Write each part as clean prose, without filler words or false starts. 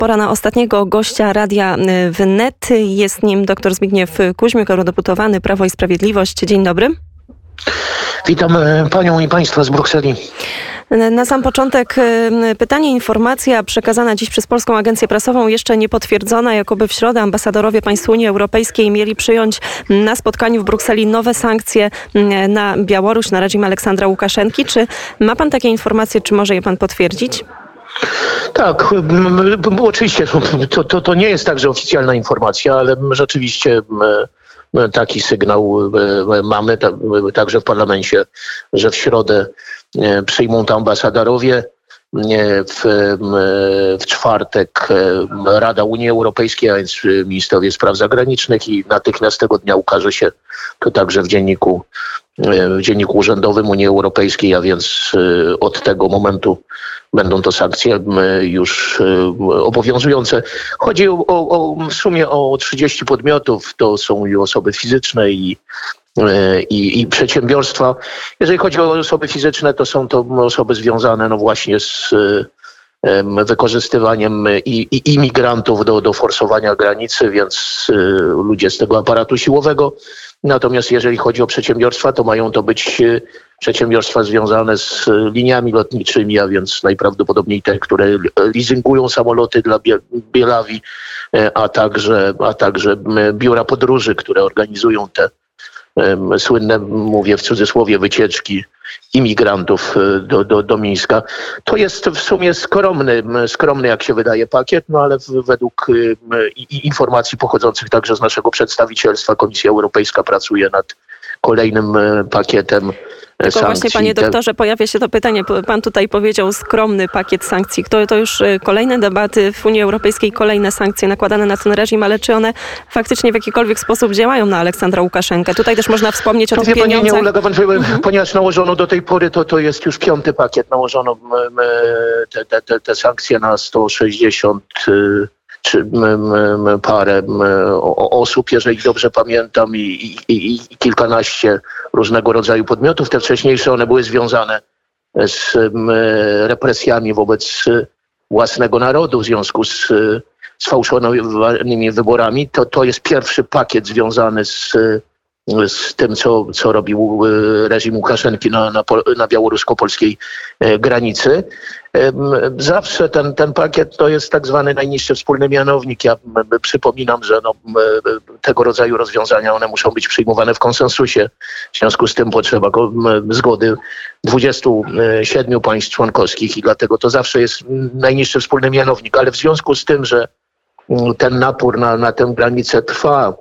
Pora na ostatniego gościa Radia Wnet. Jest nim dr Zbigniew Kuźmiuk, eurodeputowany Prawo i Sprawiedliwość. Dzień dobry. Witam panią i państwa z Brukseli. Na sam początek pytanie, informacja przekazana dziś przez Polską Agencję Prasową, jeszcze nie potwierdzona, jakoby w środę ambasadorowie państw Unii Europejskiej mieli przyjąć na spotkaniu w Brukseli nowe sankcje na Białoruś, na reżim Aleksandra Łukaszenki. Czy ma pan takie informacje, czy może je pan potwierdzić? Tak, bo oczywiście to nie jest także oficjalna informacja, ale rzeczywiście taki sygnał mamy także w parlamencie, że w środę przyjmą to ambasadorowie. W czwartek Rada Unii Europejskiej, a więc ministrowie spraw zagranicznych, i natychmiast tego dnia ukaże się to także w dzienniku urzędowym Unii Europejskiej, a więc od tego momentu będą to sankcje już obowiązujące. Chodzi w sumie o 30 podmiotów, to są i osoby fizyczne i przedsiębiorstwa. Jeżeli chodzi o osoby fizyczne, to są to osoby związane właśnie z wykorzystywaniem imigrantów do forsowania granicy, więc ludzie z tego aparatu siłowego. Natomiast jeżeli chodzi o przedsiębiorstwa, to mają to być przedsiębiorstwa związane z liniami lotniczymi, a więc najprawdopodobniej te, które leasingują samoloty dla Bielawi, a także biura podróży, które organizują te słynne, mówię w cudzysłowie, wycieczki imigrantów do Mińska. To jest w sumie skromny, jak się wydaje, pakiet, ale według informacji pochodzących także z naszego przedstawicielstwa Komisja Europejska pracuje nad kolejnym pakietem tylko sankcji. Właśnie, panie doktorze, pojawia się to pytanie. Pan tutaj powiedział skromny pakiet sankcji. To już kolejne debaty w Unii Europejskiej, kolejne sankcje nakładane na ten reżim, ale czy one faktycznie w jakikolwiek sposób działają na Aleksandra Łukaszenkę? Tutaj też można wspomnieć o tych pieniądzach. Nie ulega wątpliwości, ponieważ nałożono do tej pory, to jest już 5. pakiet, nałożono te sankcje na 160 czy parę osób, jeżeli dobrze pamiętam, i kilkanaście różnego rodzaju podmiotów. Te wcześniejsze, one były związane z represjami wobec własnego narodu w związku z sfałszowanymi wyborami. To jest pierwszy pakiet związany z tym, co robił reżim Łukaszenki na białorusko-polskiej granicy. Zawsze ten pakiet to jest tak zwany najniższy wspólny mianownik. Ja przypominam, że tego rodzaju rozwiązania, one muszą być przyjmowane w konsensusie. W związku z tym potrzeba zgody 27 państw członkowskich i dlatego to zawsze jest najniższy wspólny mianownik. Ale w związku z tym, że ten napór na tę granicę trwa,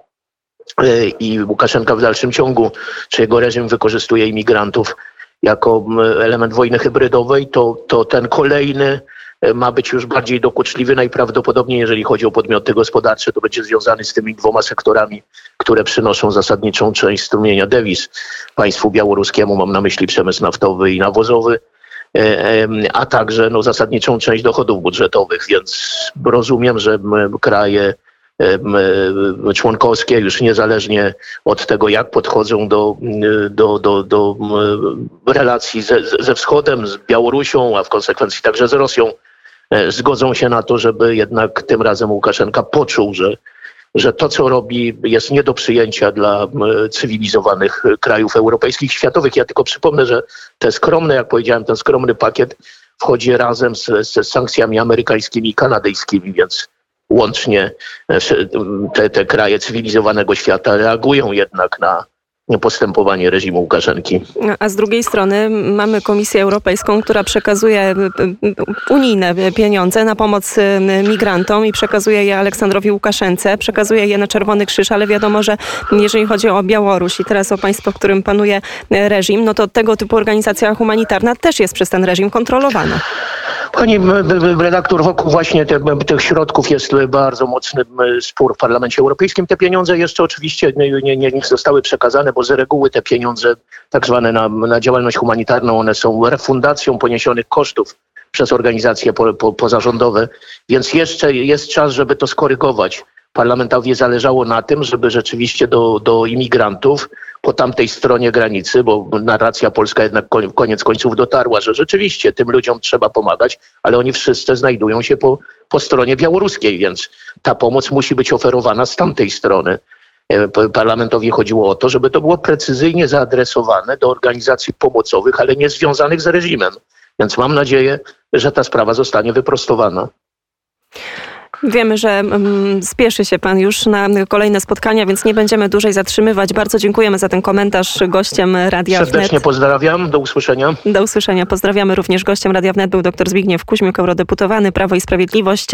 i Łukaszenka w dalszym ciągu, czy jego reżim wykorzystuje imigrantów jako element wojny hybrydowej, to ten kolejny ma być już bardziej dokuczliwy. Najprawdopodobniej, jeżeli chodzi o podmioty gospodarcze, to będzie związany z tymi 2 sektorami, które przynoszą zasadniczą część strumienia dewiz państwu białoruskiemu. Mam na myśli przemysł naftowy i nawozowy, a także zasadniczą część dochodów budżetowych, więc rozumiem, że kraje członkowskie już niezależnie od tego, jak podchodzą do relacji ze Wschodem, z Białorusią, a w konsekwencji także z Rosją, zgodzą się na to, żeby jednak tym razem Łukaszenka poczuł, że to, co robi, jest nie do przyjęcia dla cywilizowanych krajów europejskich, światowych. Ja tylko przypomnę, że jak powiedziałem, ten skromny pakiet wchodzi razem z sankcjami amerykańskimi i kanadyjskimi, więc łącznie te kraje cywilizowanego świata reagują jednak na postępowanie reżimu Łukaszenki. A z drugiej strony mamy Komisję Europejską, która przekazuje unijne pieniądze na pomoc migrantom i przekazuje je Aleksandrowi Łukaszence, przekazuje je na Czerwony Krzyż, ale wiadomo, że jeżeli chodzi o Białoruś i teraz o państwo, w którym panuje reżim, to tego typu organizacja humanitarna też jest przez ten reżim kontrolowana. Pani redaktor, wokół właśnie tych środków jest bardzo mocny spór w Parlamencie Europejskim. Te pieniądze jeszcze oczywiście nie zostały przekazane, bo z reguły te pieniądze tak zwane na działalność humanitarną, one są refundacją poniesionych kosztów przez organizacje pozarządowe, więc jeszcze jest czas, żeby to skorygować. Parlamentowi zależało na tym, żeby rzeczywiście do imigrantów po tamtej stronie granicy, bo narracja polska jednak koniec końców dotarła, że rzeczywiście tym ludziom trzeba pomagać, ale oni wszyscy znajdują się po stronie białoruskiej, więc ta pomoc musi być oferowana z tamtej strony. Parlamentowi chodziło o to, żeby to było precyzyjnie zaadresowane do organizacji pomocowych, ale nie związanych z reżimem. Więc mam nadzieję, że ta sprawa zostanie wyprostowana. Wiemy, że spieszy się pan już na kolejne spotkania, więc nie będziemy dłużej zatrzymywać. Bardzo dziękujemy za ten komentarz. Gościem Radia Wnet. Serdecznie pozdrawiam. Do usłyszenia. Do usłyszenia. Pozdrawiamy również. Gościem Radia Wnet był dr Zbigniew Kuźmiuk, eurodeputowany Prawo i Sprawiedliwość.